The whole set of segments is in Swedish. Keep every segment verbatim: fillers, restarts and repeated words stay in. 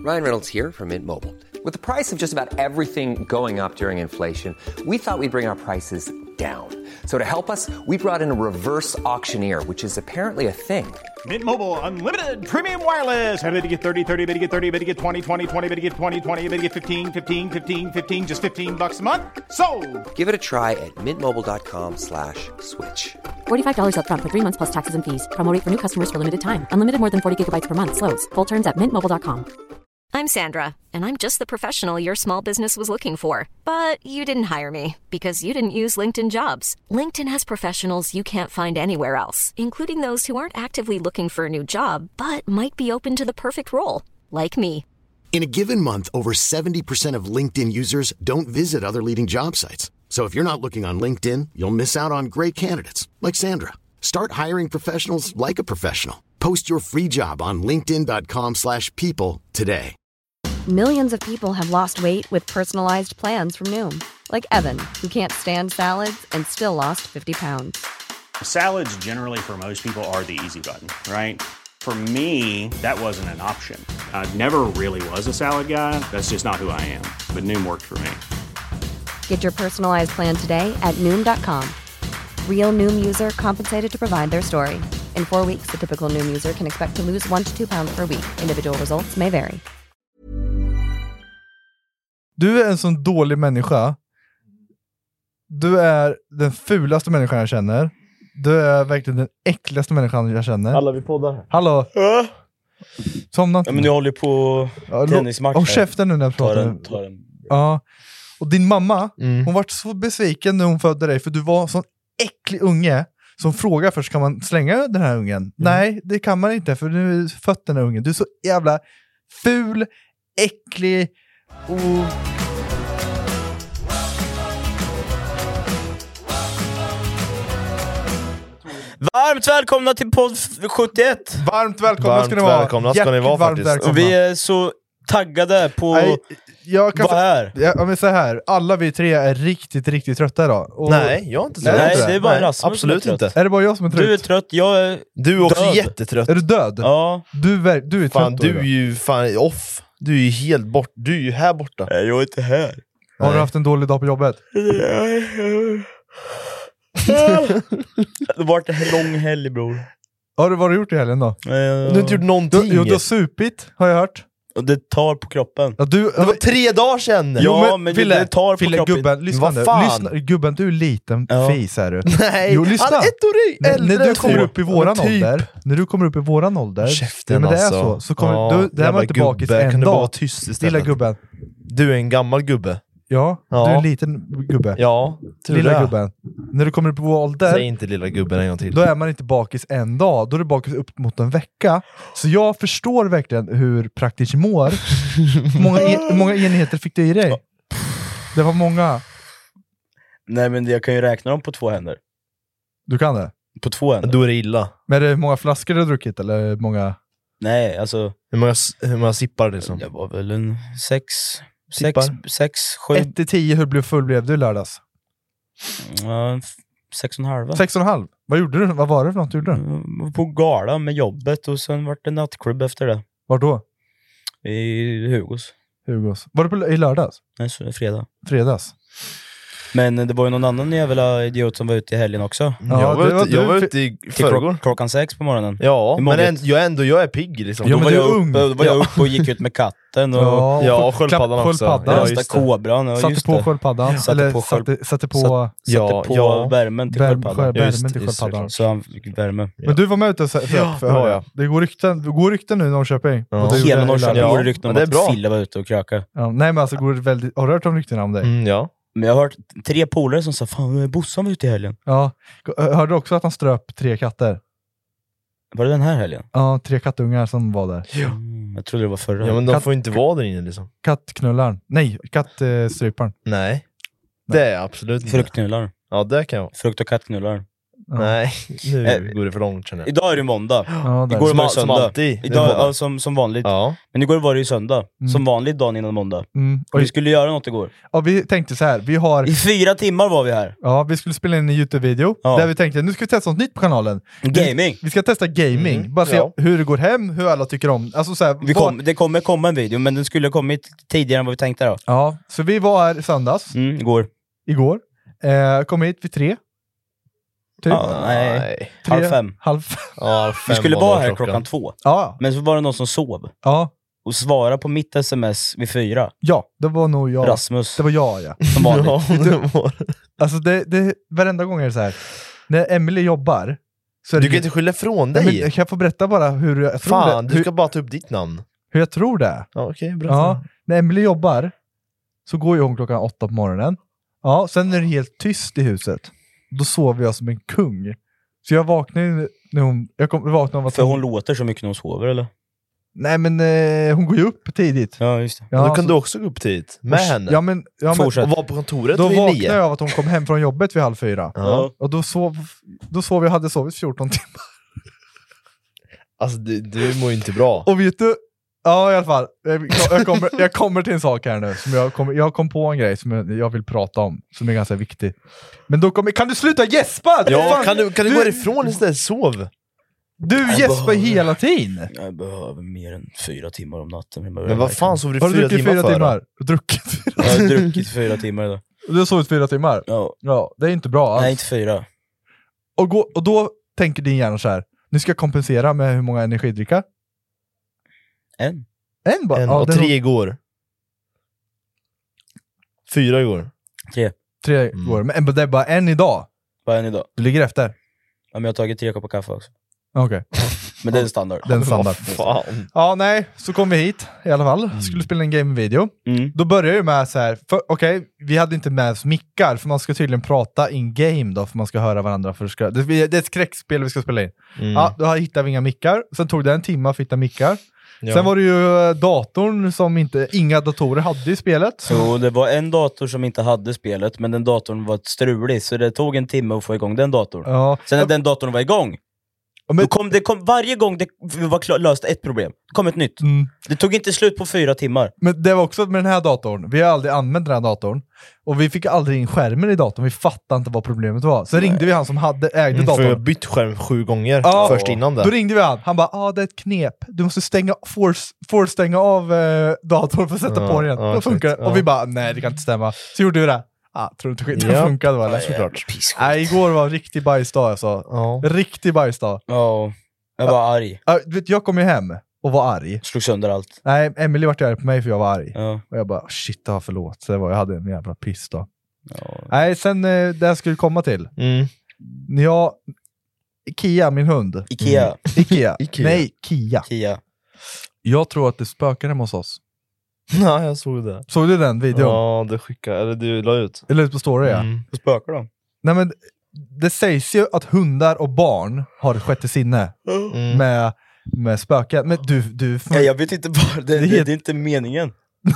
Ryan Reynolds here from Mint Mobile. With the price of just about everything going up during inflation, we thought we'd bring our prices down. So to help us, we brought in a reverse auctioneer, which is apparently a thing. Mint Mobile Unlimited Premium Wireless. How to get thirty, thirty, how to get thirty, how to get twenty, twenty, twenty, how to get twenty, twenty, how to get fifteen, fifteen, fifteen, fifteen, just fifteen bucks a month? Sold! Give it a try at mintmobile.com slash switch. forty-five dollars up front for three months plus taxes and fees. Promo rate for new customers for limited time. Unlimited more than forty gigabytes per month. Slows full terms at mint mobile dot com. I'm Sandra, and I'm just the professional your small business was looking for. But you didn't hire me because you didn't use LinkedIn Jobs. LinkedIn has professionals you can't find anywhere else, including those who aren't actively looking for a new job, but might be open to the perfect role, like me. In a given month, over seventy percent of LinkedIn users don't visit other leading job sites. So if you're not looking on LinkedIn, you'll miss out on great candidates like Sandra. Start hiring professionals like a professional. Post your free job on linkedin dot com slash people today. Millions of people have lost weight with personalized plans from Noom. Like Evan, who can't stand salads and still lost fifty pounds. Salads generally for most people are the easy button, right? For me, that wasn't an option. I never really was a salad guy. That's just not who I am. But Noom worked for me. Get your personalized plan today at Noom dot com. Real Noom user compensated to provide their story. In four weeks, the typical Noom user can expect to lose one to two pounds per week. Individual results may vary. Du är en sån dålig människa. Du är den fulaste människan jag känner. Du är verkligen den äckligaste människan jag känner. Alla vi poddar. Hallå. Äh? Somna. Ja, men nu håller på ja, tennismatch. Och käften nu när jag pratar. Ta den, ta den. Ja. Och din mamma, mm. hon var så besviken när hon födde dig. För du var en sån äcklig unge. Som frågar först, kan man slänga den här ungen? Mm. Nej, det kan man inte. För nu är fött den här ungen. Du är så jävla ful, äcklig. Och... Varmt välkomna till podd sjuttioett. Varmt välkomna varmt ska ni vara. Välkomna ska ni vara faktiskt. Och vi är så taggade på Nej, jag kan vad här. Ja, men så här, alla vi tre är riktigt riktigt trötta idag. Och... Nej, jag är inte trött. Nej, det är bara Rasmus. Absolut inte. Är det bara jag som är trött? Du är trött, jag är Du är också död. Jättetrött. Är du död? Ja. Du är du är fan, trött. Du är ju fan off. Du är ju helt bort. Du är ju här borta. Nej, jag är inte här. Har Nej. du haft en dålig dag på jobbet? Det har varit en lång helg, bror. Har du, vad har du gjort i helgen då? Ja. Du har inte gjort någonting. Du, jo, du har supit, har jag hört. Och det tar på kroppen. Ja, du, det var tre dagar sedan. Jo, ja, men, men Fille, det tar på Fille, kroppen. Gubben, lyssna nu. Lyssna, gubben, du är liten ja. fis är du. Nej, jo, lyssna. Han är ett år äldre. När du kommer upp i våran typ. ålder, när du kommer upp i våran ålder, käften, ja, men det är alltså. så, så kommer ja, du, det här var inte bakis en kan dag. Du vara tyst istället? Lilla gubben. Du är en gammal gubbe. Ja, ja, du är en liten gubbe. Ja, lilla det. gubben. När du kommer upp i vår ålder, säg inte lilla gubben en gång till. Då är man inte bakis en dag, då är du bakis upp mot en vecka. Så jag förstår verkligen hur praktiskt mår. många, en, många enheter fick du i dig? Det var många. Nej, men jag kan ju räkna dem på två händer. Du kan det? På två händer. Då är det illa. Men är det många flaskor du har druckit eller många? Nej, alltså hur många, hur många sippar det som? Det var väl en sex Sex, sex, sju... ett till tio, hur blev full blev du lördags? Ja, sex och en halv. Sex och en halv? Vad gjorde du? Vad var det för något du gjorde? På gala med jobbet och sen var det nattklubb efter det. Var då? I Hugos. Hugos. Var det på, i lördags? Nej, så fredag. Fredags. Men det var ju någon annan jävla idiot som var ute i helgen också. Ja, jag, var ute, jag var ute i förrgår. Klockan sex på morgonen. Ja, men ändå, jag, ändå, jag är pigg liksom. Ja, då var, jag, jag, ung. Uppe, då var jag uppe och gick ut med katten. Och, ja, och, ja, och sköldpaddan också. Ja, just kobran. Ja, satte just på det. sköldpaddan. Satte eller på, sköld... satte, satte på, satte, ja, satte på ja. värmen till Värme, sköldpaddan. värmen Just, till sköldpaddan. Så han fick värme. Ja. Men du var med ute för, för, ja, för, ja, ja. Det går rykten, det går rykten nu i Norrköping. Ja. Hela Norrköping ja. går det rykten om att bra. Fille var ute och kröka. Ja, nej, men alltså går det väldigt... Har du hört om ryktena om dig? Mm, ja. Men jag har hört tre polare som sa, fan, Bossan var ute i helgen. Ja. Hörde du också att han ströp tre katter? Var det den här helgen? Ja, tre kattungar som var där. Ja. Mm, jag trodde det var förra. Ja, men de Katt, får inte vara där inne liksom. Kattknullaren. Nej, kattstryparen. Nej. Nej, det är absolut inte. Fruktknullaren. Ja, det kan jag. Frukt- och kattknullaren. Nej, nu Eh, går det för långt känner jag. Idag är det måndag. Ja, där. Igår Som, var det som söndag. alltid. Idag, ja, som, som vanligt. Ja. Men igår var det ju söndag. Mm. Som vanligt dagen innan måndag. Mm. Och vi skulle göra något igår. Ja, vi tänkte så här, vi har... I fyra timmar var vi här. Ja, vi skulle spela in en YouTube-video Ja. där vi tänkte, nu ska vi testa något nytt på kanalen. Gaming. Vi ska testa gaming, Mm, bara se ja. hur det går hem, hur alla tycker om. Alltså så här, Vi vad- kom, det kommer komma en video, men den skulle ha kommit tidigare än vad vi tänkte då. Ja, så vi var här i söndags, Mm, igår. igår. Eh, kom hit vid tre. Typ. Ja, nej. Nej. Tre, halv fem. Halv fem. Ja, Vi fem skulle var vara nog här klockan två. Ja, Men så var det någon som sov. ja, Och svara på mitt sms vid fyra. ja, det var nog jag. Rasmus. Det var jag, ja. Som vanligt. Ja, det var... Alltså det, det, varenda gång är det så här. När Emily jobbar så är Du det kan inte skylla från Nej, dig. men kan jag få berätta bara hur jag tror Fan, det, du hur, ska bara ta upp ditt namn. hur jag tror det är. Ja, okej, berätta. Ja, när Emily jobbar så går ju hon klockan åtta på morgonen. Ja, sen är det helt tyst i huset. Då sover jag som en kung. Så jag vaknar ju när hon... Jag kom, vaknar av att För hon låter så mycket när hon sover, eller? Nej, men eh, hon går ju upp tidigt. Ja, just det. Ja, Men då kan så- du också gå upp tidigt med henne. Ja, men, ja, men Fortsätt. Och vara på kontoret då vid vaknar nio. jag av att hon kom hem från jobbet vid halv fyra. Ja. Och då sov, då sov jag, hade sovit fjorton timmar. Alltså du, du mår ju inte bra. Och vet du, ja i alla fall, jag, jag, kommer, jag kommer till en sak här nu, som jag, kommer, jag kom på en grej som jag, jag vill prata om, som är ganska viktig. Men då kommer, kan du sluta gäspa? Ja, Fan, kan du, kan du, gå ifrån istället? Sov. Du gäspar hela tiden. Jag behöver mer än fyra timmar om natten. Men vad fan sover du Har du fyra druckit timmar fyra för? timmar? Druckit fyra Jag har druckit fyra timmar idag. Du har sovit fyra timmar? Ja. Ja, det är inte bra alls. Nej, inte fyra. Och, gå, och då tänker din hjärna så här: nu ska jag kompensera med hur många energidricka? En. En bara? En, Ja, och den- tre igår. Fyra igår. Tre. Tre Mm. går. Men det är bara en idag. Bara en idag. Du ligger efter. Ja, men jag har tagit tre koppar kaffe också. Okej, Men det är en standard. den är standard. Fan. Ja, nej, så kom vi hit i alla fall. Skulle spela en game-video. Mm. Då började jag med så här, för- okej, vi hade inte med oss mickar, för man ska tydligen prata in-game då, för man ska höra varandra. För det, ska, det, det är ett skräckspel vi ska spela in. Mm. Ja, då hittade vi inga mickar. Sen tog det en timme att hitta mickar. Ja. Sen var det ju eh, datorn som inte, inga datorer hade i spelet. Så det var en dator som inte hade spelet, men den datorn var strulig, så det tog en timme att få igång den datorn. Ja. Sen när den datorn var igång, Ja, men- då kom det kom, varje gång det var klar, löst ett problem, det kom ett nytt. Mm. Det tog inte slut på fyra timmar. Men det var också med den här datorn, vi har aldrig använt den här datorn. Och vi fick aldrig in skärmen i datorn, vi fattade inte vad problemet var. Sen ringde vi han som hade, ägde Mm, för jag har datorn. bytt skärm sju gånger Ja. först innan det. Då ringde vi han, han bara ah, det är ett knep. Du måste stänga, force, force stänga av eh, datorn för att sätta Ja, på den igen. ja, Då funkar det. exakt, ja. Och vi bara, nej det kan inte stämma. Så gjorde vi det. Ah, tror du inte skiten Ja. funkade va? Eller? Såklart. Nej, igår var en riktig bajsdag alltså. Ja. Riktig bajsdag. Ja, jag var arg. Ah, du vet, jag kom ju hem och var arg. Slog sönder allt. Nej, Emily vart ju arg på mig för jag var arg. Ja. Och jag bara, shit, ja, förlåt. Så det var, jag hade en jävla piss då. Ja. Nej, sen eh, det jag skulle komma till. Mm. När jag... Kia, min hund. Ikea. Ikea. Ikea. Nej, Kia. Kia. Jag tror att det spökar hemma hos oss. Ja, jag såg det. Såg du den videon? Ja, det skickade, eller du la ut. Eller ut på story, ja. Mm. Vad spökar de? Nej, men det sägs ju att hundar och barn har ett sjätte sinne Mm. med, med spöken. Men du... du Ja, jag vet inte bara, det, Det är det, helt- det är inte meningen.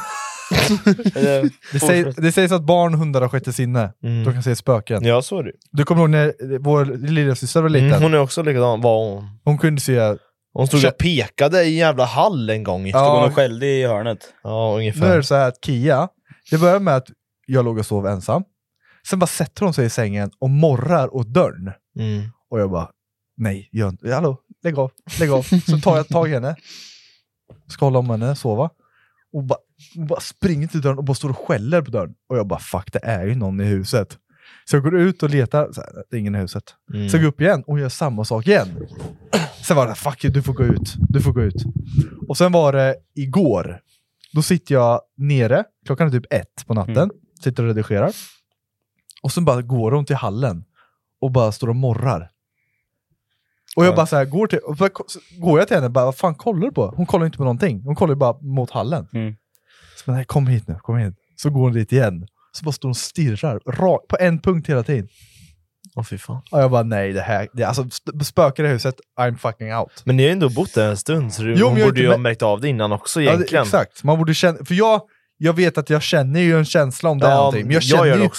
Eller, det, sägs, det sägs att barn och hundar har sjätte sinne. Mm. De kan se spöken. Ja, så är det. Du kommer ihåg när vår lilla syster var liten? Mm, hon är också likadan. Var hon? Hon kunde se... Hon stod Kä- och pekade i en jävla hall en gång. Ja. Stod hon och skällde i hörnet? Ja, Nu är ungefär. det så här att Kia, det börjar med att jag låg och sov ensam. Sen bara sätter hon sig i sängen och morrar åt dörren. Mm. Och jag bara, nej, gör inte. Hallå, lägg av, lägg av. Så tar jag tag i henne. Ska hålla om henne, sova. Och bara, och bara springer till dörren och bara står och skäller på dörren. Och jag bara, fuck, det är ju någon i huset. Så jag går ut och letar, så här, det är ingen i huset. Mm. Så jag går upp igen och gör samma sak igen. Sen var det, fuck you, du får gå ut. Du får gå ut. Och sen var det igår. Då sitter jag nere, klockan är typ ett på natten. Mm. Sitter och redigerar. Och sen bara går hon till hallen. Och bara står och morrar. Och jag Ja. bara så här, går till, och bara, så går jag till henne och bara, vad fan kollar du på? Hon kollar inte på någonting. Hon kollar ju bara mot hallen. Mm. Så bara, nej, kom hit nu, kom hit. Så går hon dit igen. Så bara står hon och stirrar ra- på en punkt hela tiden. Åh, fy fan. Och jag bara, nej, det här, det, alltså sp- spökar i huset, I'm fucking out. Men ni har ju ändå bott där en stund, så du, Jo, hon men jag borde är ju inte ha med- märkt av det innan också Ja, egentligen. det, exakt, man borde känna, för jag, jag vet att jag känner ju en känsla om det är Ja, någonting. Men jag jag känner gör det ju, också det.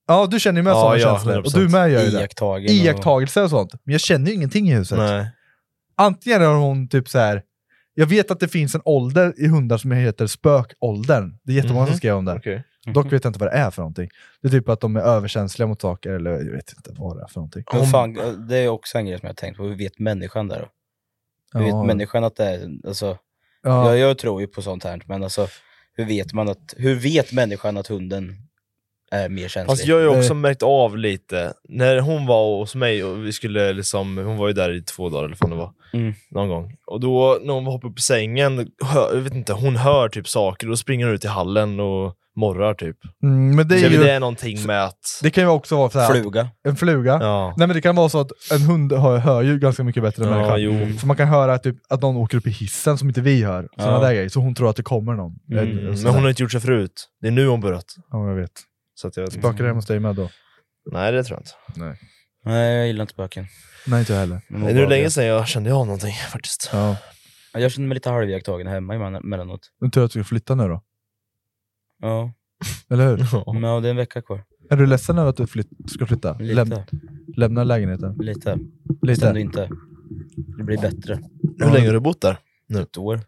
Ja, du känner ju med Ja, sådana ja, känslor. hundra Och procent. du med gör ju det. Iakttagen Iakttagelser och sånt. Men jag känner ju ingenting i huset. Nej. Antingen har hon typ så här. Jag vet att det finns en ålder i hundar som heter spökåldern. Det är jättemånga Mhm. som skriver om det. Okej. Dock vet jag inte vad det är för någonting. Det är typ att de är överkänsliga mot saker, eller jag vet inte vad det är för någonting. Men fan, det är också en grej som jag har tänkt på. Hur vet människan där då? Hur Ja. vet människan att det är... Alltså, Ja. jag, jag tror ju på sånt här, men alltså, hur vet man att... Hur vet människan att hunden är mer känslig? Fast jag har ju också Eh. märkt av lite. När hon var hos mig och vi skulle liksom, hon var ju där i två dagar eller vad det var. Mm. Någon gång. Och då när hon hoppar upp i sängen, hör, jag vet inte, hon hör typ saker. Då springer hon ut i hallen och morrar typ. Mm, men det är Så ju... det är någonting med att... Det kan ju också vara så här. Fluga. En fluga. Ja. Nej, men det kan vara så att en hund hör, hör ju ganska mycket bättre än Ja, människan. jo. Så man kan höra typ, att någon åker upp i hissen som inte vi hör. Sådana Ja. där grejer. Så hon tror att det kommer någon. Mm. Eller Men sådär. hon har inte gjort sig förut. Det är nu hon börjat. Ja, jag vet. Så att jag vet inte. Spökar det hemma hos dig med då? Nej, det tror jag inte. Nej. Nej, jag gillar inte spöken. Nej, inte jag heller. De Det är är nu obehagliga. länge sedan jag kände av någonting faktiskt. Ja. Ja, jag känner mig lite halviakttagen hemma emellanåt. Men tur att du ska flytta nu då. Ja, Eller hur? men ja, det är en vecka kvar. Är du ledsen över att du flytt, ska flytta? Lite. Läm, lämna lägenheten? Lite. Lite. Fast ändå inte. Det blir bättre. Hur länge har du bott där? Nu. Ett år.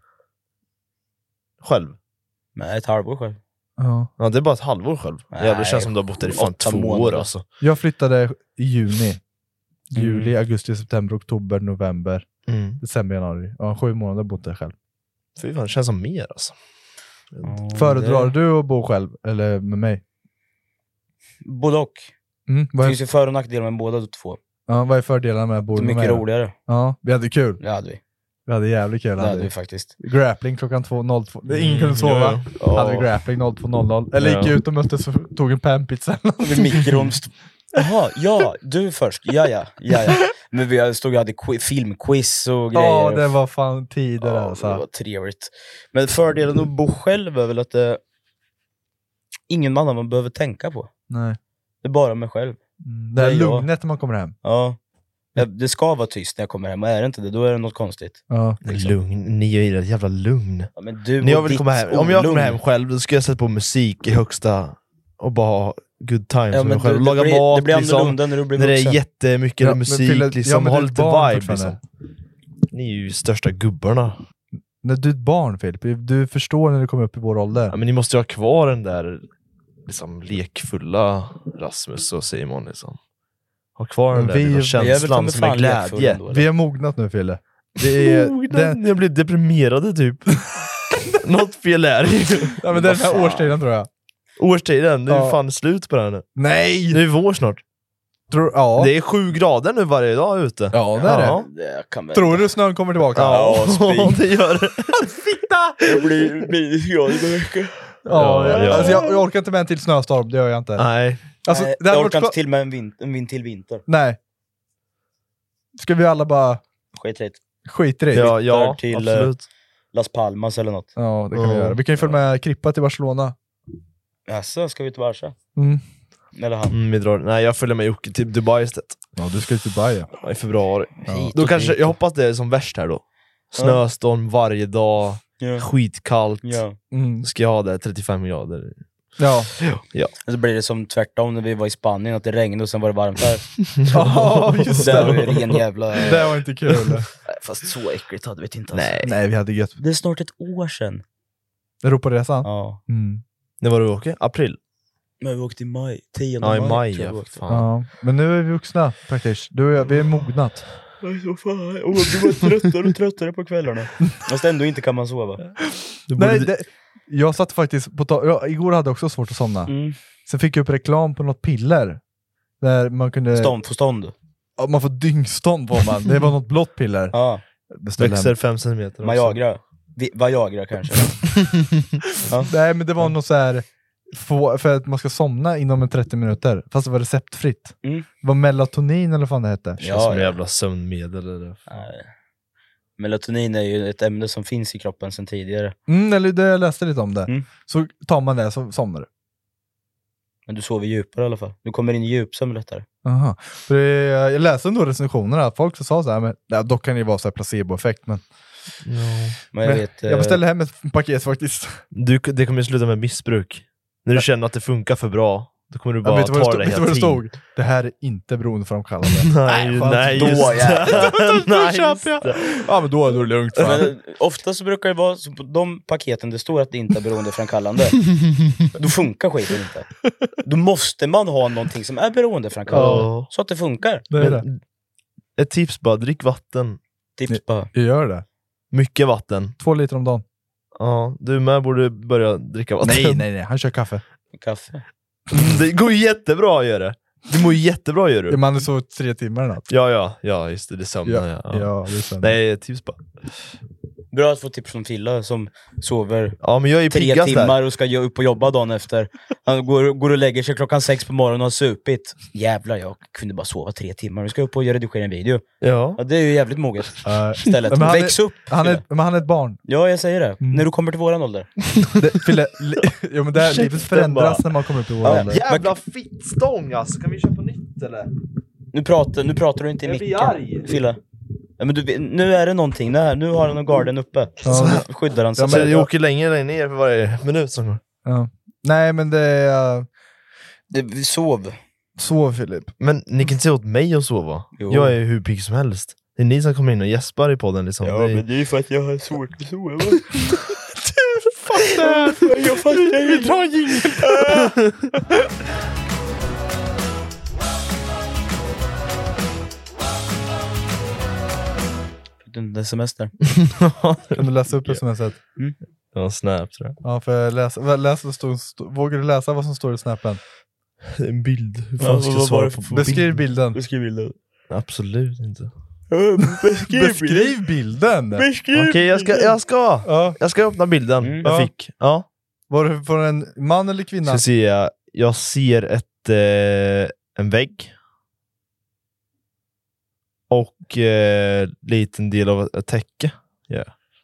Själv? Nej, ett halvår själv. Ja. Ja, det är bara ett halvår själv. Nej, Ja, det känns som du har bott där i fan åtta två månader. år alltså. Jag flyttade i juni. Juli, Mm. augusti, september, oktober, november, Mm. december, januari. Ja, sju månader har jag bott där själv. Fy fan, det känns som mer alltså. Ja, Föredrar det- du att bo själv eller med mig? Både och. Mm, Det vad, finns är, ju för- och nackdelar med båda två. ja, vad är fördelarna med att bo Det är med mig? mycket då? roligare. Ja, vi hade kul. Det hade vi. Vi hade jävligt kul. Det Hade hade vi. vi faktiskt. Grappling klockan två noll två. Ingen kunde Mm, sova. ja, Hade vi grappling noll två noll noll. Eller gick Ja. ut och möttes och tog en panpizza. Vid mikron. st- Jaha, ja, du först. Ja, ja, ja, ja. Men vi stod och hade qui- filmquiz och grejer. Ja, det var fan tider Ja, det alltså. var trevligt. Men fördelen att bo själv är väl att det ingen annan man behöver tänka på. Nej. Det är bara mig själv. Mm, det är Det är jag. lugnet när man kommer hem. Ja. Jag, det ska vara tyst när jag kommer hem, och är det inte det, då är det något konstigt. Ja. Lugn, ni är ett jävla lugn. Ja, men du När jag och vill ditt komma hem, om jag kommer olugn. hem själv, då ska jag sätta på musik i högsta och bara ha good times Ja, med men mig själv. du, Laga det blir, mat det blir liksom. annorlunda när du blir När det är vuxen. jättemycket Ja, men musik Fille- ja, liksom, men ha du är ett lite barn vibe fortfarande. liksom. Ni är ju största gubbarna. När du är ett barn, Filip, du förstår när du kommer upp i vår ålder. Ja, men ni måste ju ha kvar den där liksom lekfulla Rasmus och Simon liksom. Ha kvar den Men där vi- lilla vi är väl ta känslan mig som är fan lekfulla glädje. ändå, eller? Vi har mognat nu, Fille. Det är, Oh, den, Jag blir deprimerade typ. Något fel är det ju. ja, men det är den här årstiden tror jag. Årstiden, det är ju Ja. fan slut på den nu. Nej! Det är vår snart. Tror, ja. Det är sju grader nu varje dag ute. Ja, det är Ja. det. Det kan väl... Tror du snön kommer tillbaka? Ja, spring. det gör det. Det blir minusgrader per vecka. Ja, Ja, ja. Alltså, jag, jag orkar inte med en till snöstorm, det gör jag inte. Nej. Alltså, Nej, det hade jag varit orkar inte skö- till med en, vin- en vin till vinter. Nej. Ska vi alla bara Skit hit. skita i det? Ja, ja till, eh, absolut. Las Palmas eller något. Ja, det kan vi Ja. göra. Vi kan ju följa med Krippa till Barcelona. Jaså, ska vi till Barca? Mm. Eller han? Mm, vi drar. Nej, jag följer med Jocke till Dubai istället. Ja, du ska ju till Dubai. Ja. Ja, i februari. Hit Då och kanske, dit. jag hoppas det är som värst här då. Snöstorm varje dag, Ja. skitkallt. Ja. Mm. Då ska jag ha det trettiofem grader. Ja. Ja. Och så blir det som tvärtom när vi var i Spanien, att det regnade och sen var det varmt här. Ja, just Det var ju det. ren jävla... Det var inte kul. Fast så äckligt hade vi inte alltså. Nej. Nej, vi hade gött. Det är snart ett år sedan. Europaresan? Ja. Mm. När var du åker? April? Men vi åkte i maj. tionde Ja, i maj. maj. tror jag vi Ja, åkte. fan. Ja. Men nu är vi vuxna, praktiskt. Du och jag, vi är mognat. Nej, så fan. Och du var tröttare och tröttare på kvällarna. Fast ändå inte kan man sova. Du borde... Nej, det, jag satt faktiskt på ta- jag, igår hade jag också svårt att somna. Mm. Sen fick jag upp reklam på något piller. Där man kunde... Stånd för stånd. Ja, man får dyngstånd på man. Det var något blått piller. Ja. Beställde Växer hem. fem centimeter. också. Majagra. Vi- Viagra kanske. Ja. Nej, men det var något så här få, för att man ska somna inom en trettio minuter. Fast det var receptfritt. Mm. Det var melatonin eller vad fan det hette. Känns Ja, som en ja. jävla sömnmedel eller... Nej. Melatonin är ju ett ämne som finns i kroppen sedan tidigare. Mm, eller det, jag läste lite om det. Mm. Så tar man det så somnar du. Men du sover djupare i alla fall. Du kommer in i djupsömn lättare. Aha. För det, jag läste ändå recensionerna att folk som sa så här, men, ja, dock kan det ju vara så här placeboeffekt, men, Men jag men vet... jag eh, beställde hem ett paket faktiskt. Du, det kommer ju sluta med missbruk. När du känner att det funkar för bra, Då kommer du bara vet du vad ta det, det vet du vad det hela stod? Det här är inte beroendeframkallande. Nej, nej, då, just ja. det. Nej, just jag. Ja, men då är det lugnt. Men ofta så brukar det vara så på de paketen det står att det inte är beroendeframkallande. Då funkar skiten inte. Då måste man ha någonting som är beroendeframkallande. Ja. Så att det funkar. Det är det. Ett tips bara, drick vatten. Tips bara. Jag gör det. Mycket vatten. Två liter om dagen. Ja, du med borde börja dricka vatten. Nej, nej, nej. Han kör kaffe. Kaffe. Det går ju jättebra att göra det. Du mår ju jättebra gör du. Ja, man är så tre timmar i natt. Ja, ja, ja, just det. Det sömnar Ja, ja. ja, det är sömn. Nej, tips bara. Bra att få tips från Filla som sover Ja, men jag är tre piggast timmar där. och ska ge upp och jobba dagen efter. Han går, går och lägger sig klockan sex på morgonen och har supit. Jävlar, jag kunde bara sova tre timmar. Nu ska jag upp och göra redigera en video. Ja. Ja, det är ju jävligt moget. Uh, Istället. men han Väx är, upp. Han är, Fille. men han är ett barn. Ja, jag säger det. Mm. När du kommer till våran ålder. Det, Fille, li, jo, men det här, livet förändras när man kommer upp i vår Ja, ålder. Jävla fittstång alltså. Kan vi köpa nytt eller? Nu pratar, nu pratar du inte i Jag blir micken. arg. Filla. Ja, men du, nu är det någonting. Nu, nu har han en garden uppe. Ja. Så nu skyddar han sig. Ja, men jag åker längre längre ner för varje minut som går. Ja. Nej, men det är... Det, sov. Så Filip. Men ni kan inte säga åt mig att sova. Jo. Jag är hur pigg som helst. Det är ni som kommer in och gäspar i podden liksom. Ja, det är... men det är ju för att jag har svårt att sova. Du fattar! Jag fattar. Vi drar jingeln. Den semester. Kan du läsa upp smset? Mm. Ja, snap tror jag. Ja, för läsa, läs vad stod, stod, vågar du läsa vad som står i snappen? En bild. Hur fan Ja, ska vad jag svara var det på för- Beskriv bilden. Beskriv bilden. Absolut inte. Beskriv bilden! Beskriv Okej, jag ska, jag ska. Ja. Jag ska öppna bilden. Mm. Jag Ja. fick. Ja. Var det från en man eller kvinna? Ska se, jag, jag ser ett, eh, en vägg. Och eh, liten del av ett täcke. Ja.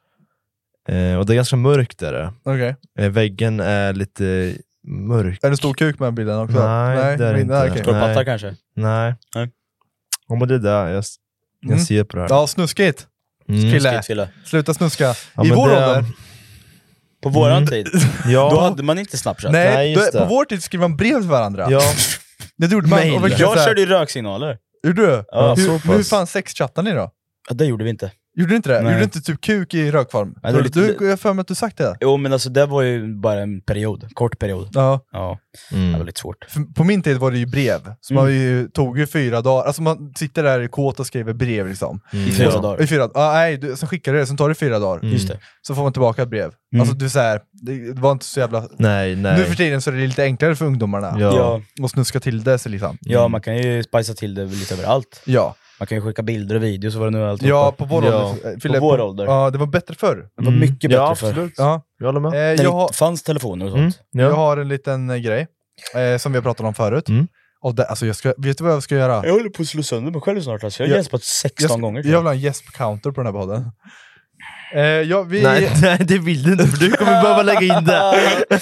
Eh, och det är ganska mörkt där. Okej. Eh, väggen är lite mörk. Är det stor kuk med bilden också? Nej, det är det men- inte. nej, okej. Står Nej. pattar kanske? Nej. Nej. Ja, men det är där jag, jag Mm. ser på det här. Ja, snuskigt. Mm. Kille. Skit, Fille. Sluta snuska. Ja, I men vår det- ålder. På våran Mm. tid. Ja. Då hade man inte Snapchat. Nej, Nej, just då, på det. vår tid skrev man brev till varandra. Ja. Det gjorde man. Mail. Och verkligen så Jag här- körde ju röksignaler. Gjorde du? Ja, hur, så men pass. hur fan sexchattade ni då? Ja, det gjorde vi inte. Gjorde du inte det? Nej. Gjorde du inte typ kuk i rökform? Nej, det var lite- du, jag har för mig att du sagt det. Jo, men alltså det var ju bara en period. Kort period. Ja. Ja, det var Mm. lite svårt. För på min tid var det ju brev. Så Mm. man ju, tog ju fyra dagar. Alltså man sitter där i kåt och skriver brev liksom. Mm. I fyra Ja. dagar. I fyra, ah, nej, du, sen skickar du det, sen tar det fyra dagar. Mm. Just det. Så får man tillbaka ett brev. Mm. Alltså du säger, det, det var inte så jävla... Nej, nej. Nu för tiden så är det lite enklare för ungdomarna. Ja. Ja. Och snuska till det så liksom. Ja, man kan ju spicea till det lite överallt. Ja. Man kan ju skicka bilder och videos och vad det nu är allt. Ja, på vår Ja. ålder. Fille, På vår ålder. Ja, det var bättre förr. Det var mycket bättre Ja, för. absolut. Ja. Jag håller med. Eh, När jag, det har, inte fanns telefoner och sånt. Mm. jag Ja. har en liten eh, grej eh, som vi har pratat om förut. Mm. Och det, alltså jag ska, vet du vad jag ska göra? Jag håller på att slå sönder mig själv snart. Alltså. Jag har Jag- gäspat sexton Jag, ska, gånger. jag tror jag. vill ha en gäsp-counter på den här podden. Eh, ja, vi, Nej, nej, det vill du inte för du kommer behöva lägga in det.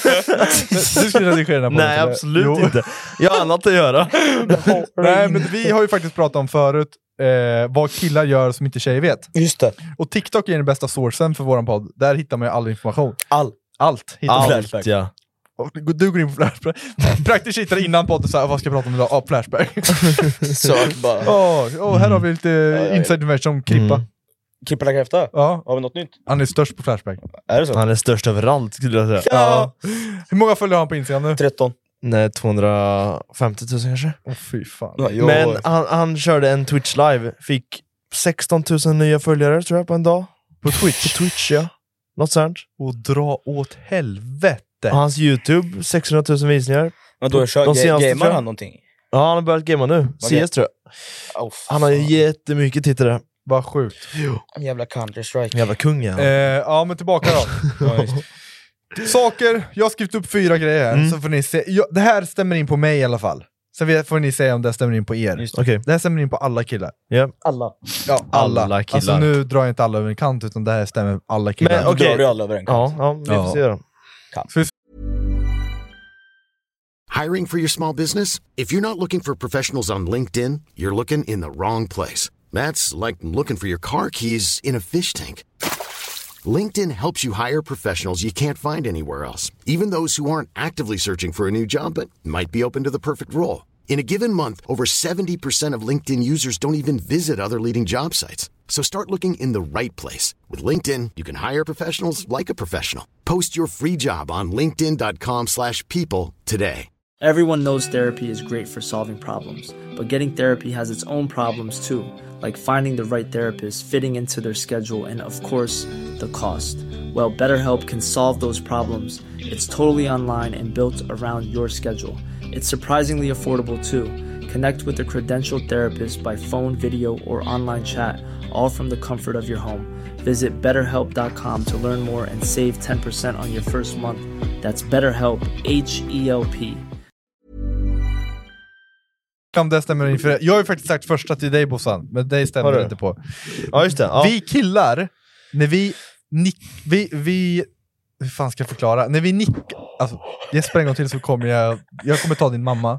du ska redigera den här podden. Nej, Fille. absolut Jo. inte. Jag har annat att göra. Nej, men vi har ju faktiskt pratat om förut eh, vad killar gör som inte tjejer vet. Just det. Och TikTok är den bästa sourcen för våran podd. Där hittar man ju all information. All. Allt hittar man. Flashback. Allt, ja. Och du går in på Flashback. Praktiskt hittade innan podden så här, vad ska jag prata om idag? Ja, Flashback. Sök bara. Åh, oh, här har vi lite ja. inside information om Krippa. Mm. Krippa la kräfta. Ja, Har vi något nytt? han är störst på Flashback. Är det så? Han är störst överallt skulle jag säga. Ja. Hur många följer han på Instagram nu? tretton. Nej, tvåhundrafemtio tusen kanske. Åh fy fan. Ja, jo. Men han, han körde en Twitch live, fick sexton tusen nya följare tror jag på en dag. På Twitch? På Twitch, ja. Något sånt. Och dra åt helvete. Och hans YouTube, sexhundra tusen visningar. Men då kör, De ge, senaste, gamear tror jag. han någonting? Ja, han har börjat gamea nu. Okej. C S tror jag. Oh, Han har ju fan. jättemycket tittare. Vad sjukt. En jävla Counter-Strike. Jävla kung ja. Eh, ja, men tillbaka då. Ja, just det. Saker, jag har skrivit upp fyra grejer här, Mm. så får ni se. Ja, det här stämmer in på mig i alla fall. Sen vet- får ni säga om det stämmer in på er. Just det. Okej. Det här stämmer in på alla killar. Ja. Alla. Ja, alla. Alla killar. Alltså nu drar jag inte alla över en kant, utan det här stämmer alla killar. Men Då okej. drar du alla över en kant. Ja, ja, vi får Ja. se då. Hiring for your small business? If you're not looking for professionals on LinkedIn, you're looking in the wrong place. That's like looking for your car keys in a fish tank. LinkedIn helps you hire professionals you can't find anywhere else, even those who aren't actively searching for a new job but might be open to the perfect role. In a given month, over seventy percent of LinkedIn users don't even visit other leading job sites. So start looking in the right place. With LinkedIn, you can hire professionals like a professional. Post your free job on linkedin dot com slash people today. Everyone knows therapy is great for solving problems, but getting therapy has its own problems too, like finding the right therapist, fitting into their schedule, and of course, the cost. Well, BetterHelp can solve those problems. It's totally online and built around your schedule. It's surprisingly affordable too. Connect with a credentialed therapist by phone, video, or online chat, all from the comfort of your home. Visit better help dot com to learn more and save ten percent on your first month. That's BetterHelp, H E L P. Om det stämmer inför. Jag har ju faktiskt sagt första till dig, Bossan, men det stämmer det inte på. Ja, just det. Ja. Vi killar, när vi nick, vi, vi hur fan ska jag förklara? När vi nickar, alltså, Jesper en gång till så kommer jag, jag kommer ta din mamma.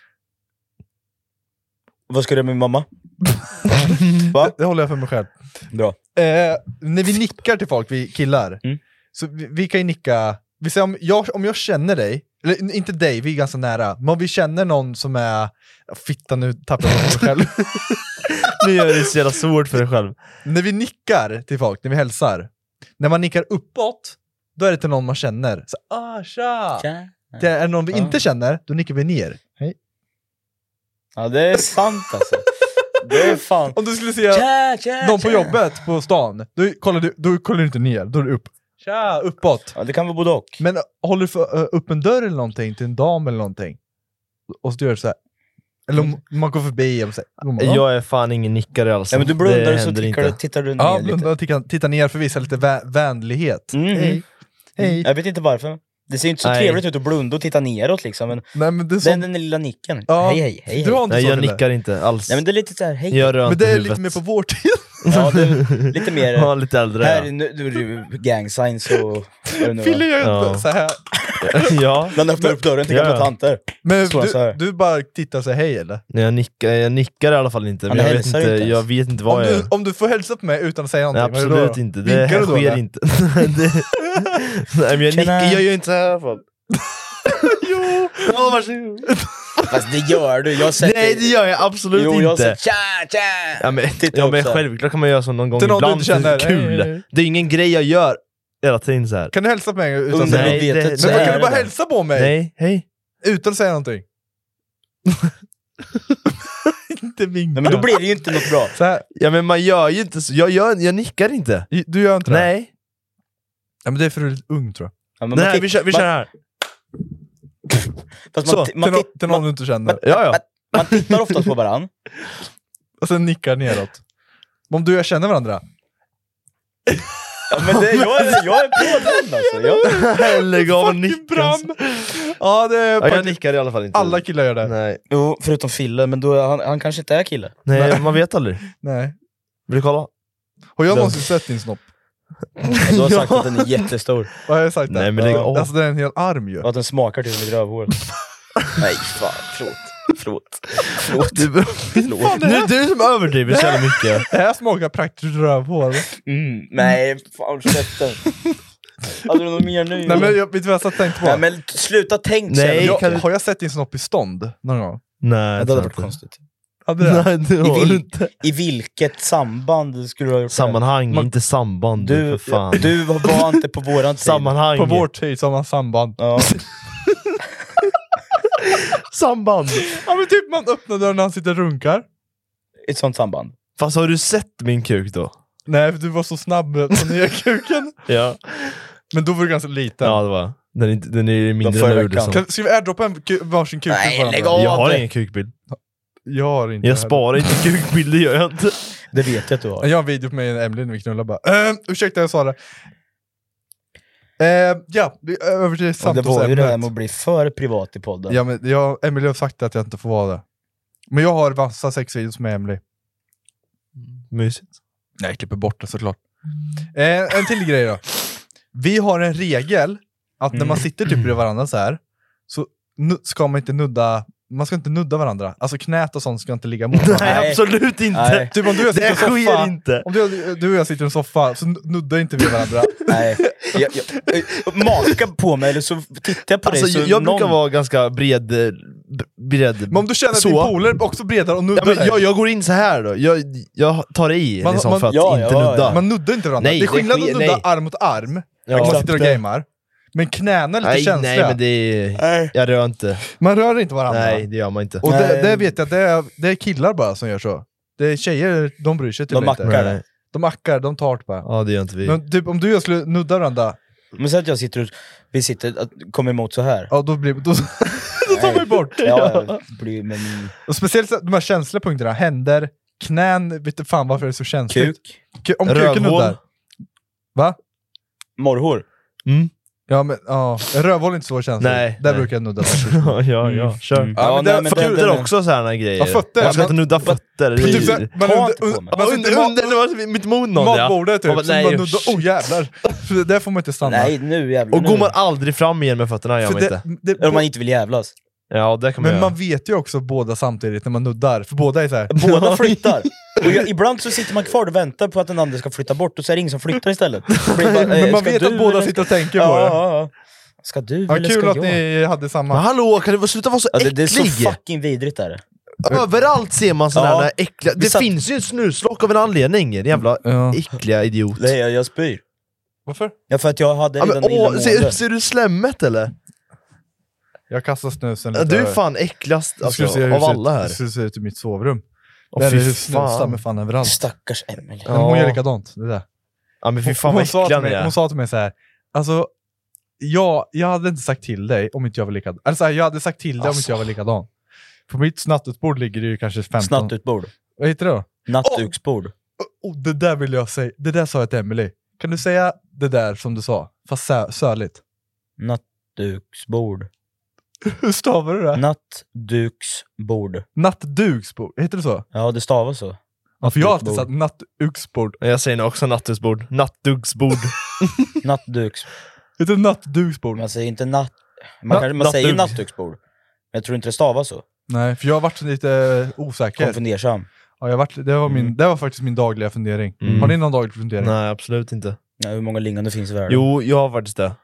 Vad ska du med min mamma? Va? Det, det håller jag för mig själv. Bra. Eh, när vi nickar till folk, vi killar, mm. så vi, vi kan ju nicka, vi säger om jag, om jag känner dig, eller inte dig, vi är ganska nära, men om vi känner någon som är, fitta nu tappar jag mig själv. Nu gör det så jävla svårt för dig själv. När vi nickar till folk, när vi hälsar, när man nickar uppåt, då är det till någon man känner. Så, ah, tja! tja. Det är någon vi ja. inte känner, då nickar vi ner. Hej. Ja, det är sant alltså. Det är fan. Om du skulle se tja, tja, någon på tja. jobbet på stan, då kollar du, då kollar du inte ner, då är du upp. Tja, uppåt. Ja, det kan vara både och. Men håller du för, uh, upp en dörr eller någonting till en dam eller någonting, och så gör du så här. Eller om man går förbi och säger, jag är fan ingen nickare alltså. Ja, men du blundar så tittar du, tittar du ner ja, lite. Ja, blundar och tittar, tittar ner för vissa lite vä- vänlighet. Mm. Hej. Hej. Jag vet inte varför. Det ser inte så Nej. trevligt ut att blunda och titta neråt liksom, men Nej, men det är så... den, den lilla nicken. Ja. Hej, hej, hej. Du har inte Nej, så jag ville. nickar inte alls. Nej, men det är lite så här, hej. Jag men det är huvudet. lite mer på vår tid. Ja, det är lite mer. Ja, lite äldre. Här ja. nu, du, du gang signs och Fille gör inte ja. så här. Ja. Man öppnar upp dörren till gamla ja. tanter. Men du, du bara tittar och säger hej eller? Nej, jag nickar, jag nickar i alla fall inte. Men jag vet inte, inte jag vet inte vad om jag du, om du får hälsa på mig utan att säga någonting. Nej, absolut inte. Det här sker eller? inte. det... Nej, men jag nickar, jag gör inte så här i alla fall. Jo, ja, varsågod. Fast det gör du. Jag sätter... Nej, det gör jag absolut jo, inte. Jag sätter... tja, tja. Ja, men, ja, men självklart kan man göra så någon gång. Ibland för det kul. Hey, hey. Det är ingen grej jag gör hela tiden så här. Kan du hälsa på mig utan att säga någonting? Det, men vad kan du bara det. hälsa på mig? Nej, hej. Utan att säga någonting. Inte vinka. Men då blir det ju inte något bra. Så här. Ja, men man gör ju inte så. Jag, gör, jag nickar inte. Du gör inte det? Nej. Ja, men det är för du är lite ung, tror jag. Ja, men Nej, vi kör, vi kör här. Fast så, man, till, man, no, till någon man, du inte känner. Man, ja, ja. Man, man tittar oftast på varann. Och sen nickar neråt. Om du och jag känner varandra. Ja, men det, jag, är, jag är på den alltså. Jag... Lägg av och nicka. Ja, det är ja, jag nickar i alla fall inte. Alla killar gör det. Nej. Jo, förutom Fille, men då, han, han kanske inte är kille. Nej, Nej. man vet aldrig. Nej. Vill du kolla? Har jag någonsin sett din snopp? Du har sagt ja. att den är jättestor. Vad har jag sagt? Nej, men det, ja. Alltså det är en hel arm ju. Och att den smakar till mitt rövhål. Nej, fan, förlåt. Förlåt. Förlåt. Du, förlåt. Nu är det du som överdriver så mycket. Det här smakar praktiskt rövhål. Mm, nej, fan, käften. Hade du något mer nu? Nej, men jag vet vad jag satt tänkt på. Nej, men sluta tänk. Nej, jag, kan... Har jag sett din snopp i stånd någon gång? Nej, ja, det hade varit konstigt. Hade det? Nej, det I, vil, inte. I vilket samband skulle du ha gjort sammanhang, man, inte samband. Du, för fan. du var inte på våran tid. Sammanhang. På vår tid så har man samband. Ja. Samband. Ja, men typ man öppnar dörren när han sitter och runkar. Ett sånt samband. Fast har du sett min kuk då? Nej, för du var så snabb med att ta ner kuken. Ja. Men då var du ganska liten. Ja, det var. Den är, den är mindre än jag gjorde. Ska vi airdroppa en ku- varsin kuk? Nej, lägg av. Jag har ingen kukbild. Jag har inte. Jag sparar inte kukbilder, gör jag inte. Det vet jag att du har. Jag har en video på mig och Emily när vi knullar bara. Uh, ursäkta, jag sa det. Uh, ja, vi över till samtalsämnet. Det var ju det här med att bli för privat i podden. Ja, men jag, Emily har sagt att jag inte får vara det. Men jag har vassa sexvideos med Emily. Mysigt. Nej, jag klipper bort det såklart. Uh, en till grej då. Vi har en regel att när man sitter typ bredvid varandra så här, så nu ska man inte nudda man ska inte nudda varandra. Alltså knät och sånt ska inte ligga mot varandra. Nej, absolut inte. Nej. Typ om du och jag sitter i Det en soffa, sker inte. om du, du och jag sitter i en soffa så nuddar inte vi varandra. Nej. Jag, jag, maka på mig eller så tittar jag på Alltså, dig så jag jag någon... brukar vara ganska bred, eh, bred Men om du känner att så. din polare också bredare och Ja, nuddar men dig. jag, jag går in så här då. Jag, jag tar i Man- liksom, man- för att ja, inte ja, nudda. ja. Man nuddar inte varandra. Nej, det är det skillnad sker- att nudda nej. arm mot arm. Ja. Man sitter och Det- gamear. Men knäna är lite Nej, känsliga. nej, men det är... Nej. Jag rör inte. Man rör inte varandra. Nej, det gör man inte. Och det, Nej. det vet jag, det är, det är killar bara som gör så. Det är tjejer, de bryr sig typ De inte. mackar Nej. det. De mackar, de tar det bara. Ja, det gör inte vi. Men typ om du och jag skulle nudda varandra, Men så att jag sitter och, vi sitter och kommer emot så här. ja då blir då, då tar vi bort. Ja, jag blir med min Och speciellt så- de här känsliga punkterna, händer, knän, vet du fan varför det är så känsligt. kuk, Ku- Om kuken Rövhål. nuddar. Va? morrhår. Mm. Ja men ja, rövhål är inte så känsligt. Nej, Där nej. brukar jag nudda. ja, ja, ja, kör. Mm. Ja, Ja, men nej, det- men för- den- Fötter den- också sådana grejer. Ja, fötter, man ska man- inte nudda fötter. Det Typ så är- här, man Ta under, inte på mig. man Ja, sitter under, mat- under, eller mitt emot någon, ja. matbordet typ, Ja, men så nej, man nuddar, oh jävlar. För det där får man inte stanna. Nej, nu jävlar. Och nu. går man aldrig fram igen med fötterna, gör För man det, inte. det, Eller om man inte vill jävlas. Ja, det kan man men göra. man vet ju också båda samtidigt när man nuddar, för båda är så här. Båda flyttar. Och jag, ibland så sitter man kvar och väntar på att den andra ska flytta bort och så är det ingen som flyttar istället. Det blir bara, eh, Men man ska vet du att båda eller- sitter och tänker ja, på det. ja, ja. Ska du Ja, eller kul ska att jag? ni hade samma. Men hallå, kan det sluta vara så Ja, det, äcklig? det är så fucking vidrigt där. Överallt ser man sådana Ja. äckliga... Det Vi satt- finns ju en snuslock av en anledning, en jävla Ja. äckliga idiot. Nej, jag, jag spyr. Varför? Ja, för att jag hade Ja, redan men, åh, illamående. ser, ser du slemmet eller? Jag kastar snusen Ja, lite. du är fan äckligast Du alltså, skulle se hur av det ser alla ut- här. Du skulle se ut i mitt sovrum. Åh, Där är fy det snusar fan. med fan överallt. Stackars Emelie. Men hon Ja. gör likadant. Det där. Ja men fy Hon, fan hon, vad sa äckliga till ni mig, är. hon sa till mig så här. Alltså, jag, jag hade inte sagt till dig om inte jag var likadan. Alltså, jag hade sagt till dig om Alltså. inte jag var likadan. På mitt snattutbord ligger det ju kanske femton... Snattutbord. Vad heter det då? Nattduksbord. Oh, det där vill jag säga. Det där sa jag till Emily. Kan du säga det där som du sa? Fast sö- söligt. Nattduksbord. Hur stavar du det? Nattduksbord. Nattduksbord. Heter det så? Ja, det stavas så. Ja, för jag har alltid Nattduksbord. sagt nattuksbord. Jag säger nog också nattduksbord. Nattduksbord. Nattduks. Heter det nattduksbord? Man säger inte natt... Man, Na- kan, man säger nattduk. nattduksbord. Men jag tror inte det stavas så. Nej, för jag har varit lite osäker. Konfundersam. Ja, jag har varit, det, var min, Mm. det var faktiskt min dagliga fundering. Mm. Har ni någon daglig fundering? Nej, absolut inte. Ja, hur många lingon det finns i världen. Jo, jag har faktiskt det.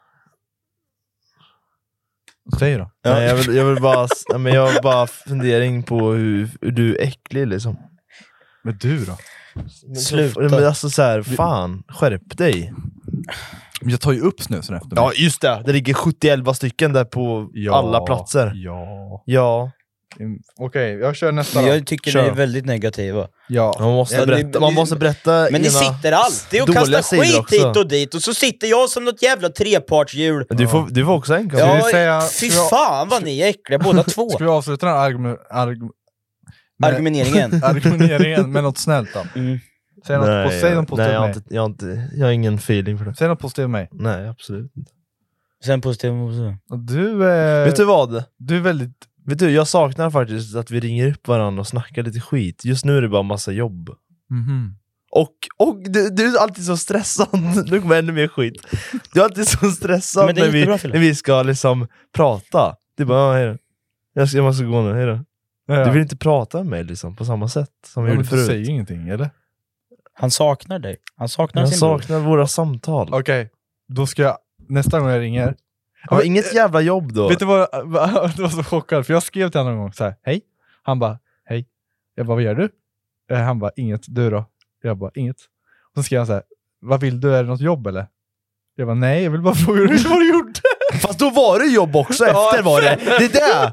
Säg då. Ja. Nej, jag, vill, jag vill bara... ja, men jag har bara fundering på hur, hur du är äcklig liksom. Men du då? Men Sluta. Men alltså så här, fan, skärp dig. Men jag tar ju upp snusen efter mig. Ja just det, det ligger sjuttioelva stycken där på Ja, alla platser. Ja. Ja, Mm, Okej, jag kör nästa Men då. jag tycker Kör. ni är väldigt negativa. Ja. man måste, Ja, det- berätta, man måste berätta Men ni ena sitter alltid och dåliga kastar sidor skit också. hit och dit, och så sitter jag som något jävla trepartshjul. Men Du, får, du får också en Ska Ja, vi säga- fy ska vi- fan vad ni är äckliga båda två. Ska vi avsluta den här argum- arg- med- Argumenteringen. argumenteringen med något snällt då? Mm. Säg något, Nej, på, säg något nej, positivt jag, har med mig. inte, jag, har inte, jag har ingen feeling för det. Säg något positivt med mig. Nej, absolut inte. Sen positiv positiv. Och Du, eh, Vet du vad? du är väldigt... Vet du, jag saknar faktiskt att vi ringer upp varandra och snackar lite skit. Just nu är det bara massa jobb. Mhm. Och, och du, du är alltid så stressad. Nu kommer ännu mer skit. Du är alltid så stressad Men det är när, vi, jättebra, Fille. när vi ska liksom prata. Du bara, ja, hej då. Jag, ska, jag måste gå nu, hej då. Ja. Du vill inte prata med mig liksom, på samma sätt som vi Ja, men gjorde du förut. säger ingenting, eller? Han saknar dig. Han saknar Jag sin bror. saknar våra samtal. Okej, då ska jag... Nästa gång jag ringer... Ja, men inget jävla jobb då. Vet du vad, vad- det var så chockad, för jag skrev till honom en gång så här, hej. Han bara, hej. Jag bara, vad gör du? Eh, Han bara, inget. Du då? Jag bara, inget. Och så skrev han så här, vad vill du? Är det något jobb eller? Jag bara, nej, jag vill bara fråga dig vad du gjorde. Fast då var det jobb också Ja, efter var det. Det är det!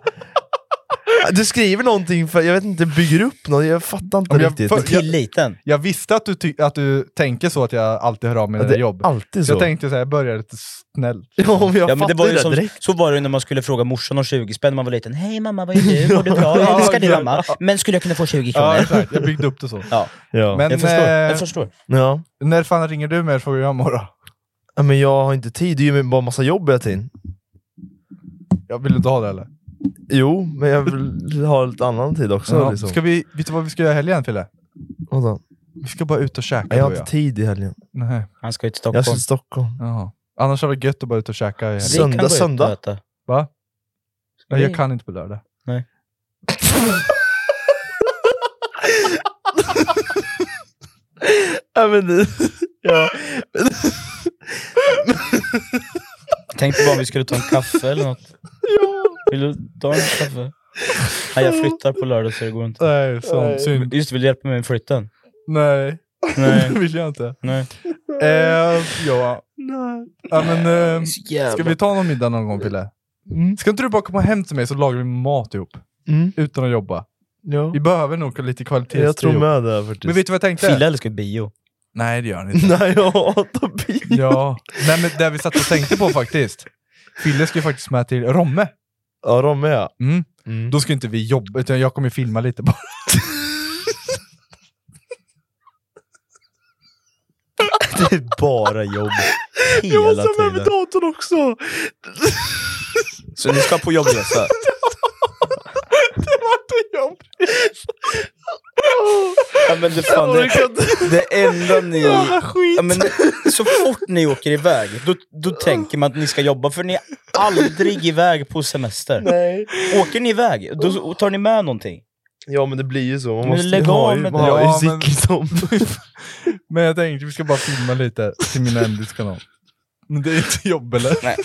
Du skriver någonting för, jag vet inte, bygger upp något, jag fattar inte Om jag riktigt. för- Med tilliten. Jag visste att du, ty- att du tänker så, att jag alltid hör av mig Ja, när det det är är jobb. alltid Så jag så. tänkte så här, jag börjar lite snällt. Ja, men jag Ja, men det fattar var ju ju det som, direkt. så var det när man skulle fråga morsan om tjugo spänn när man var liten. Hej mamma, vad gör du? Mår du bra? Jag älskar dig mamma. Men skulle jag kunna få tjugo Ja, kronor? exakt. Jag byggde upp det så. Ja, Ja. Men jag förstår. eh, Jag förstår. Ja. när fan ringer du mig och frågar jag mår då? Ja, men jag har inte tid, det är ju bara massa jobb hela tiden. Jag vill inte ha det eller? Jo, men jag vill ha lite annan tid också. Ja. Liksom. Ska vi, vet du vad vi ska göra i helgen, Fille? Vadå? Vi ska bara ut och käka. Jag har du och inte tid i helgen. Nej. Han ska ju till Jag Stockholm. ska till Stockholm. Jaha. Annars har det gött att bara ut och käka i helgen. Vi kan Söndag, gå ut och söndag. äta. Va? Nej, Vi- jag kan inte på lördag. Nej. Ja, men... ja. Tänkte bara om vi skulle ta en kaffe eller något. Ja. Vill du ta en kaffe? Nej, jag flyttar på lördag så det går inte. Nej, sånt synd. Just vill du hjälpa mig med flytten? Nej, Nej. det vill jag inte. Nej. Eh, ja. Nej. Ja, men, eh, Jävlar. ska vi ta någon middag någon gång, Pille? Mm. Ska inte du bara komma hem till mig så lagar vi mat ihop? Mm. Utan att jobba. Ja. Vi behöver nog lite kvalitet. Jag tror med det faktiskt. Men vet du vad jag tänkte? Fille älskar bio. Nej, det gör han inte. Nej, jag hatar bil. Ja, nej, men det vi satt och tänkte på faktiskt. Fille ska ju faktiskt med till Romme. Ja, de är. Mm. Mm. Då ska inte vi jobba, utan jag kommer filma lite bara. Det är bara jobb. Jag Hela måste ha med tiden. datorn också. Så ni ska på jobbresa? Det var inte jobb. Ja, men det, fan, det, det enda ni... Ja, men det, så fort ni åker iväg, då, då tänker man att ni ska jobba, för ni är aldrig iväg på semester. Nej. Åker ni iväg, då tar ni med någonting. Ja, men det blir ju så. Man Men måste lägg ha av ju, med man det. har ju Ja, sitt men- liksom. Men jag tänkte vi ska bara filma lite till min Endis-kanal. Men det är inte jobb, eller? Nej.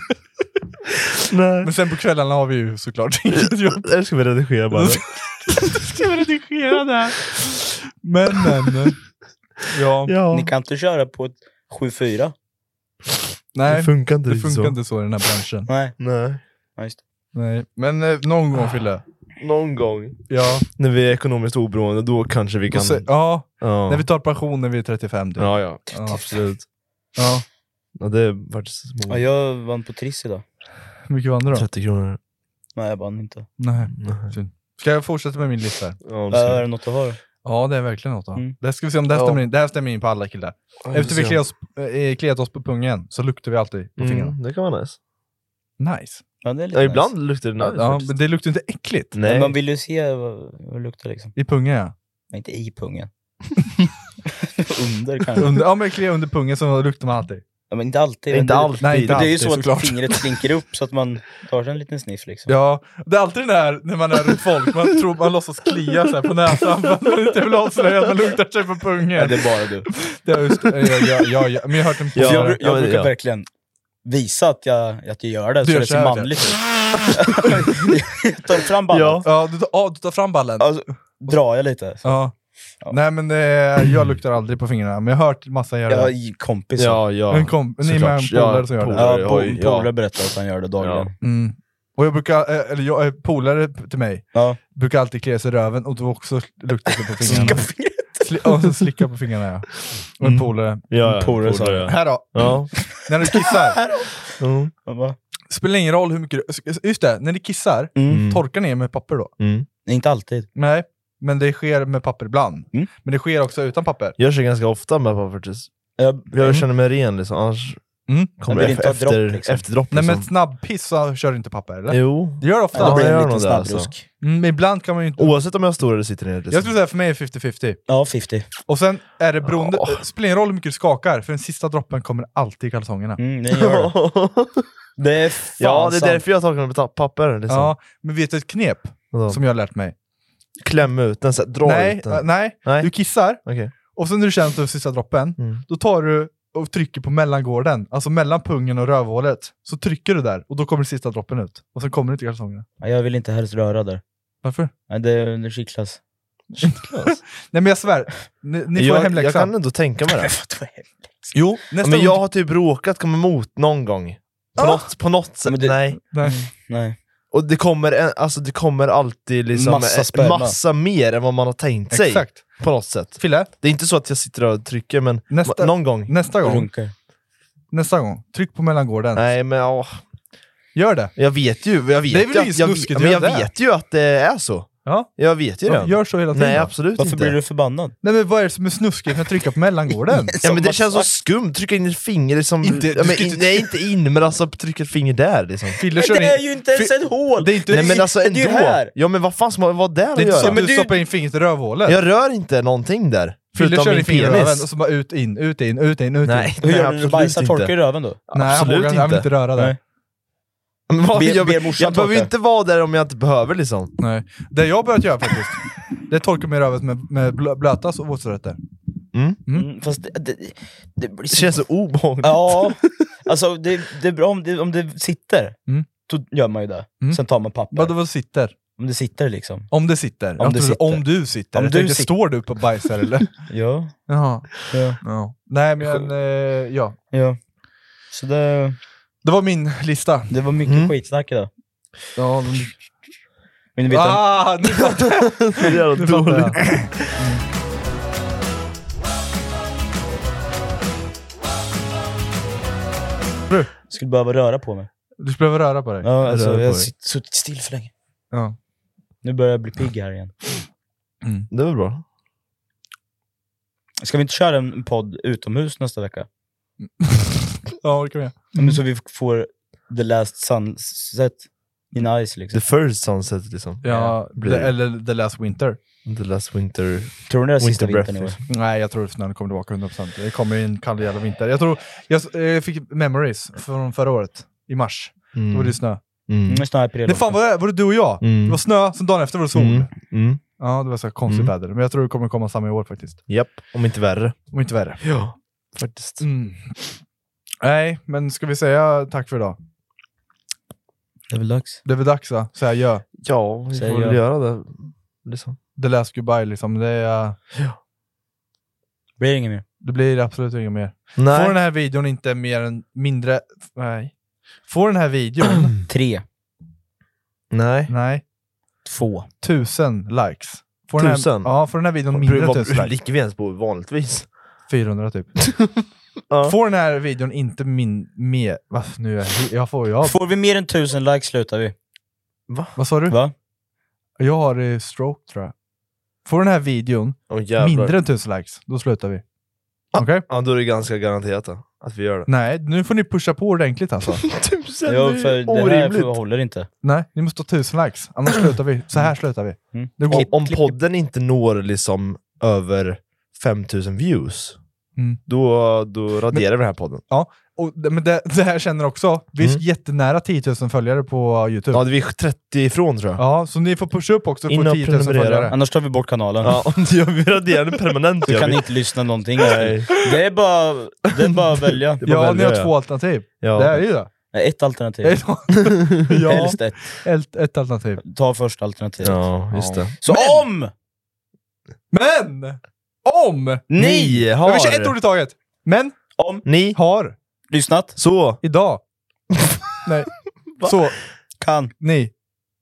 Nej. Men sen på kvällarna har vi ju såklart inget jobb. Där ska vi redigera bara. Ska vi redigera det här? Men, men. Ja. Ja. Ni kan inte köra på ett sju fyra. Nej, Det funkar inte det riktigt funkar så. inte så i den här branschen. Nej. Nej. Ja, just det. Nej. Men eh, någon gång, Fille. Någon gång. Ja. När vi är ekonomiskt oberoende, då kanske vi Då kan... se- ja. Ja. När vi tar pension när vi är trettiofem. Typ. Ja, ja. Ja. Absolut. Ja. Ja, det är faktiskt Ja, många. jag vann på Triss idag. Hur mycket vann du då? trettio kronor. Nej, jag vann inte. Nej. Nej. Synd. Ska jag fortsätta med min lista? här? Ja, det ska Är vi. det något att ha? Ja, det är verkligen något. Då. Mm. Det ska vi se om det här Ja. stämmer in. Det här stämmer in på alla killar. Ja, Efter vi får se. kliat oss, äh, kliat oss på pungen så luktar vi alltid på fingrarna. Mm, det kan vara nice. Nice. Ja, det är lite Ja, nice. ibland luktar det nice. Ja, faktiskt. men det luktar inte äckligt. Nej. Men man vill ju se vad, vad det luktar liksom. I pungen, ja. Men inte i pungen. Under kanske. Under, ja, men klia under pungen så luktar man alltid. Ja, men inte alltid. Inte men det, alltid. Nej, inte Men det är ju alltid, så såklart. att fingret slinker upp så att man tar sig en liten sniff liksom. Ja, det är alltid den där när man är runt folk, man tror man låtsas klia så här på näsan för att man inte vill avslöja att man luktar sig på pungen. Ja, det är bara du. Det är just, ja, ja, ja, ja, men jag har hört en Ja, jag, Ja, bru- jag ja, brukar ja. verkligen visa att jag, att jag gör det, Du så gör det så ser här, manligt ut. Jag tar fram ballen, Ja. Ja, du tar, ja, du tar fram ballen. alltså, drar jag lite. Så. Ja. Ja. Nej, men eh, jag luktar aldrig på fingrarna, men jag har hört massa göra Jag har det. ju kompis. Ja, ja. En kom, ni är med en Såklart. polare som gör det. polare. Ja, po- Oj, ja. polare berättar att han gör det dagligen. Ja. Mm. Och jag brukar, eh, eller jag, eh, polare till mig, Ja. brukar alltid klia sig i röven och då också luktar det på fingrarna. Slicka fingret. Sli- ja, så slicka på fingrarna, ja. Och en Mm. polare. Ja, ja. Polare sa polare, det. Här då, Ja. när du kissar, Mm. Ja, va? spelar ingen roll hur mycket du, just det, när ni kissar, Mm. torkar ner med papper då? Mm. Inte alltid. Nej, men det sker med papper ibland. Mm. Men det sker också utan papper. Jag kör ganska ofta med pappertis. Jag, Jag känner mig ren liksom, annars Mm. kommer vill det inte ha efter, dropp, liksom. efterdropp Nej, liksom. men snabbpiss så kör du inte papper, eller? Jo. Det gör det ofta. ja, det blir jag gör en nog liten det, alltså. snabbrusk. Mm, men ibland kan man ju inte... Oavsett om jag står eller sitter ner. Liksom. Jag skulle säga för mig är femtio femtio. Ja, femtio. Och sen är det beroende, Ja. det spelar ingen roll hur mycket du skakar, för den sista droppen kommer alltid i kalsongerna. Mm, det gör det. Det är fan Ja, det är sant. därför jag tar med ta- papper. Liksom. Ja, men vet du ett knep Vadå? som jag har lärt mig? Kläm ut den, så här, dra Nej, ut den. äh, nej, Nej. du kissar, Okej. och sen när du känner att du har sista droppen, Mm. då tar du och trycker på mellangården, alltså mellan pungen och rövhålet. Så trycker du där, och då kommer sista droppen ut. Och sen kommer det till kalsongerna. Ja, jag vill inte helst röra där. Varför? Nej, det, det kittlas. Nej, men jag svär, ni, ni får jag, hemläxa. jag kan ändå tänka mig det. Jo, Ja, nästa men gång- jag har typ råkat komma emot någon gång. På, Ah! något, på något sätt. Men det- Nej. Nej. Nej. Och det kommer, en, alltså, det kommer alltid liksom Massa massa, sperma. massa mer än vad man har tänkt sig. Exakt. På något sätt. Fille, Det är inte så att jag sitter och trycker, men Nästa- någon gång. nästa gång, Runkar. nästa gång, tryck på mellangården. Nej, men ja, Gör det. jag vet ju. Jag vet Det är väl ju inget att, jag, snuskigt men jag att göra det. vet ju att det är så. Ja. Jag vet ju Ja, det. gör så hela tiden. Nej, då. absolut Varför inte. blir du förbannad? Nej, men vad är det som är snuskigt med att trycka på mellangården? Ja, men det Samma känns så sak. skumt, trycka in ett finger liksom, Inte- ja, du men ska in, inte- nej inte in, men alltså trycka ett finger där liksom. Fille Men kör det in... är ju inte ens Fi- ett hål! Det är inte, Nej men alltså det är ju ändå, här. ja men vad fan ska vad där det är att inte så göra? att men du du- stoppar in fingret i rövhålet. Jag rör inte någonting där, Fille förutom kör min in fingret i röven och penis. så bara ut, in, ut, in, ut, in, ut, Nej, in. Hur nej gör du när du absolut bajsar? Torkar inte. i röven då? Nej, han Absolut vågar han vill inte. inte röra det. Nej. Men vad, Be- jag ber jag, morsan jag behöver torka. inte vara där om jag inte behöver liksom. Nej. Det jag har börjat göra faktiskt, det är torka mig i rövet med, med blö- blötas och våtservetter. Mm. Mm, fast det, det, det blir Det så... känns så obehagligt. Ja, alltså det, det är bra om det, om det sitter. Mm. Då gör man ju det. Mm. Sen tar man papper. Vadå vad sitter? Om det sitter liksom. Om det sitter? Om Jag det trodde, sitter. om du sitter. Om jag du tänkte, sitter. står du upp och bajsar eller? Ja. Jaha. Ja. Ja. Nej men, eh, ja. Ja. Så det, Det var min lista. det var mycket Mm. skitsnack idag. Ja, men... Men ni vet att Ah, nu fattar jag. Det är jävla Nu fattar dåligt. jag. jag skulle behöva röra på mig. Du skulle behöva röra på dig. Ja, alltså, Röra på jag har dig. sitt- suttit still för länge. Ja. Nu börjar jag bli pigg här igen. Det var bra. Ska vi inte köra en podd utomhus nästa vecka? Ja, det kan vi göra. Mm. Så vi får the last sunset in ice liksom. The first sunset liksom. Ja, Blir the, det. eller The Last Winter. The last winter. Tror ni det är sista Winter vintern i år? breath. Nej, jag tror snön kommer tillbaka hundra procent. Det kommer en kall jävla vinter. Jag tror, jag eh, fick memories från förra året, i mars. Då var det snö. Mm. Mm, snarare på det Nej fan, var det, var det du och jag? Mm. Det var snö, sen dagen efter var det sol. Mm. Mm. Ja, det var så här konstigt Mm. väder. Men jag tror det kommer komma samma i år faktiskt. Japp, om inte värre. Om inte värre. Ja, faktiskt. Mm. Nej, men ska vi säga tack för idag? Det är väl dags. Det är väl dags va? Säga ja. Ja, vi Säger får väl jag. göra det. Liksom. The last goodbye liksom. Det, är, Blir det inget mer? det blir absolut inget mer. Nej. Får den här videon inte mer än mindre... Nej. Får den här videon... Tre. Nej. nej. Två. Tusen likes. Får den här, Tusen? ja, får den här videon mindre än Vad tusen likes? ligger vi ens på vanligtvis? fyrahundra typ. Ja. Får den här videon inte min... Med, va, nu är jag, jag får... Jag, Får vi mer än tusen likes slutar vi. vad sa du? Va? Jag har eh, stroke tror jag. Får den här videon Åh, jävlar. mindre än tusen likes, då slutar vi. Okej? Ja, då är det ganska garanterat då, att vi gör det. Nej, nu får ni pusha på ordentligt alltså. Tusen, Ja, det är för det här orimligt. för håller inte. Nej, ni måste ha tusen likes. Annars slutar vi. Så här slutar vi. Mm. Det går. Om, om podden inte når liksom över femtusen views, Mm. då, då raderar vi den här podden. Ja, och, det- men det, det här känner också. Vi är Mm. jättenära tio tusen följare på YouTube. Ja, Ja, det är trettio ifrån tror jag. så ni får pusha upp också In på och tio tusen prenumerera. följare. Annars tar vi bort kanalen. Ja, om det gör vi raderar den permanent. Du gör kan vi. inte lyssna någonting. Nej. Det är bara, det är bara att välja. Det är bara Ja, att ni välja, har två alternativ. Ja. Det är ju det. Nej, ett alternativ. ja, Helst ett. ett, ett alternativ. Ta första alternativet. Ja, just Ja. det. Så om Men! Om! Ni Jag har... vill säga ett ord i taget. Men om Ni har lyssnat så idag. Nej. Så, kan ni.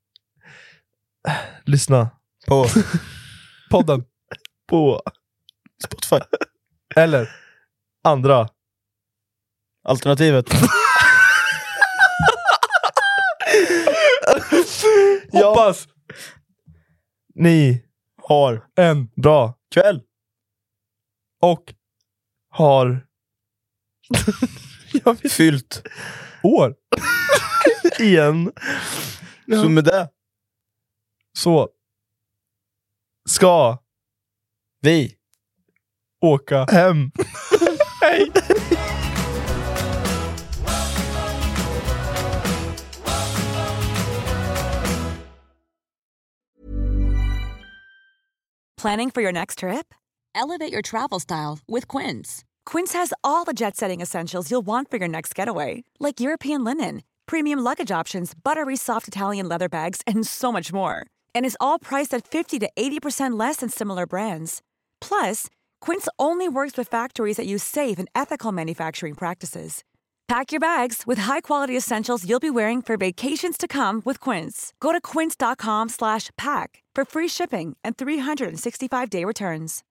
lyssna på Podden. på Spotify. Eller andra. Alternativet. hoppas Ni Har en bra kväll. och har Fyllt. år. igen Så med det. Så ska Vi. åka hem. Hej! Planning for your next trip? Elevate your travel style with Quince. Quince has all the jet-setting essentials you'll want for your next getaway, like European linen, premium luggage options, buttery soft Italian leather bags, and so much more. And is all priced at fifty to eighty percent less than similar brands. Plus, Quince only works with factories that use safe and ethical manufacturing practices. Pack your bags with high-quality essentials you'll be wearing for vacations to come with Quince. Go to quince dot com slash pack for free shipping and three hundred sixty-five day returns.